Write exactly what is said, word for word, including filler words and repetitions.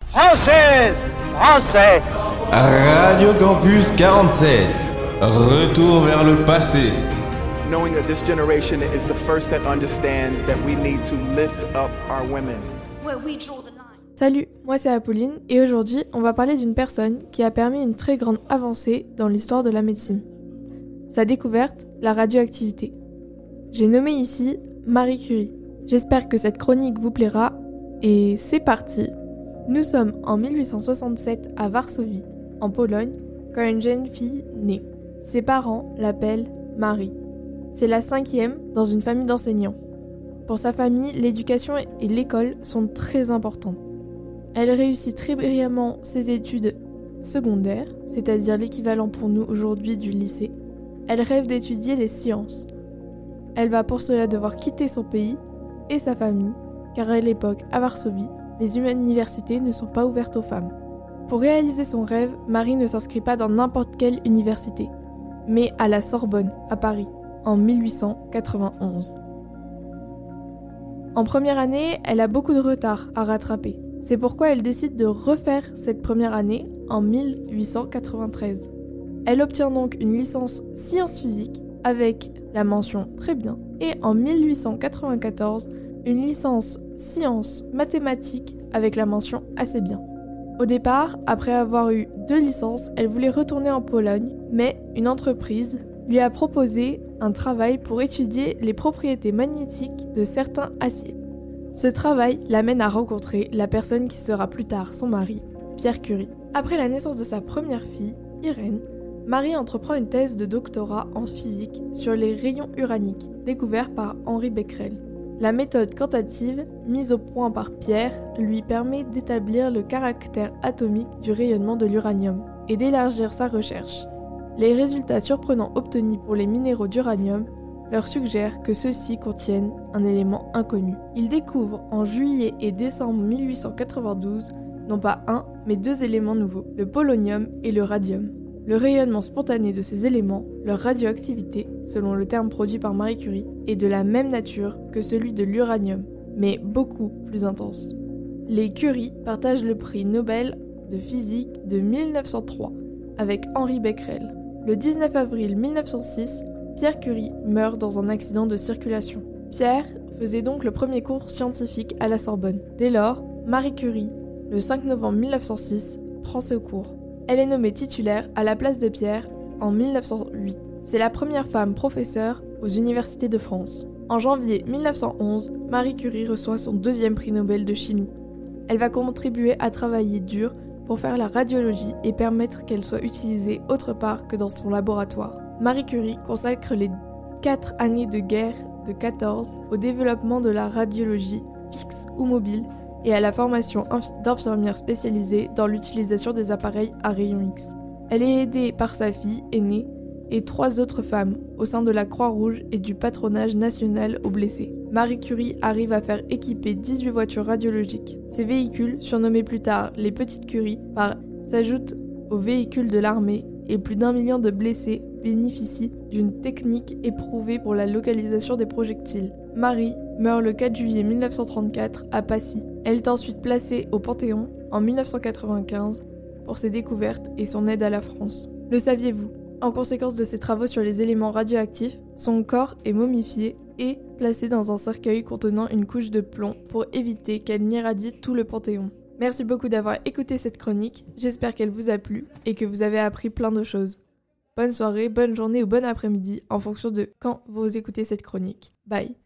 Française, Français. Radio Campus quarante-sept. Retour vers le passé. Knowing that this generation is the first that understands that we need to lift up our women. Where we draw the line. Salut, moi c'est Apolline et aujourd'hui on va parler d'une personne qui a permis une très grande avancée dans l'histoire de la médecine. Sa découverte, la radioactivité. J'ai nommé ici Marie Curie. J'espère que cette chronique vous plaira et c'est parti. Nous sommes en mille huit cent soixante-sept à Varsovie, en Pologne, quand une jeune fille naît. Ses parents l'appellent Marie. C'est la cinquième dans une famille d'enseignants. Pour sa famille, l'éducation et l'école sont très importants. Elle réussit très brillamment ses études secondaires, c'est-à-dire l'équivalent pour nous aujourd'hui du lycée. Elle rêve d'étudier les sciences. Elle va pour cela devoir quitter son pays et sa famille, car à l'époque, à Varsovie, les universités ne sont pas ouvertes aux femmes. Pour réaliser son rêve, Marie ne s'inscrit pas dans n'importe quelle université, mais à la Sorbonne, à Paris, en mille huit cent quatre-vingt-onze. En première année, elle a beaucoup de retard à rattraper. C'est pourquoi elle décide de refaire cette première année en mille huit cent quatre-vingt-treize. Elle obtient donc une licence sciences physiques avec la mention très bien et en mille huit cent quatre-vingt-quatorze une licence sciences mathématiques avec la mention assez bien. Au départ, après avoir eu deux licences, elle voulait retourner en Pologne, mais une entreprise lui a proposé un travail pour étudier les propriétés magnétiques de certains aciers. Ce travail l'amène à rencontrer la personne qui sera plus tard son mari, Pierre Curie. Après la naissance de sa première fille, Irène, Marie entreprend une thèse de doctorat en physique sur les rayons uraniques, découvert par Henri Becquerel. La méthode quantitative, mise au point par Pierre, lui permet d'établir le caractère atomique du rayonnement de l'uranium et d'élargir sa recherche. Les résultats surprenants obtenus pour les minéraux d'uranium leur suggèrent que ceux-ci contiennent un élément inconnu. Il découvre en juillet et décembre mille huit cent quatre-vingt-douze non pas un, mais deux éléments nouveaux, le polonium et le radium. Le rayonnement spontané de ces éléments, leur radioactivité, selon le terme produit par Marie Curie, est de la même nature que celui de l'uranium, mais beaucoup plus intense. Les Curie partagent le prix Nobel de physique de mille neuf cent trois avec Henri Becquerel. Le dix-neuf avril mille neuf cent six, Pierre Curie meurt dans un accident de circulation. Pierre faisait donc le premier cours scientifique à la Sorbonne. Dès lors, Marie Curie, le cinq novembre mille neuf cent six, prend ce cours. Elle est nommée titulaire à la place de Pierre en mille neuf cent huit. C'est la première femme professeure aux universités de France. En janvier mille neuf cent onze, Marie Curie reçoit son deuxième prix Nobel de chimie. Elle va contribuer à travailler dur pour faire la radiologie et permettre qu'elle soit utilisée autre part que dans son laboratoire. Marie Curie consacre les quatre années de guerre de quatorze au développement de la radiologie fixe ou mobile et à la formation d'infirmières spécialisées dans l'utilisation des appareils à rayons X. Elle est aidée par sa fille aînée et trois autres femmes au sein de la Croix-Rouge et du patronage national aux blessés. Marie Curie arrive à faire équiper dix-huit voitures radiologiques. Ces véhicules, surnommés plus tard les Petites Curie, par, s'ajoutent aux véhicules de l'armée et plus d'un million de blessés bénéficient d'une technique éprouvée pour la localisation des projectiles. Marie meurt le quatre juillet mille neuf cent trente-quatre à Passy. Elle est ensuite placée au Panthéon en mille neuf cent quatre-vingt-quinze pour ses découvertes et son aide à la France. Le saviez-vous ? En conséquence de ses travaux sur les éléments radioactifs, son corps est momifié et placé dans un cercueil contenant une couche de plomb pour éviter qu'elle n'irradie tout le Panthéon. Merci beaucoup d'avoir écouté cette chronique, j'espère qu'elle vous a plu et que vous avez appris plein de choses. Bonne soirée, bonne journée ou bon après-midi en fonction de quand vous écoutez cette chronique. Bye.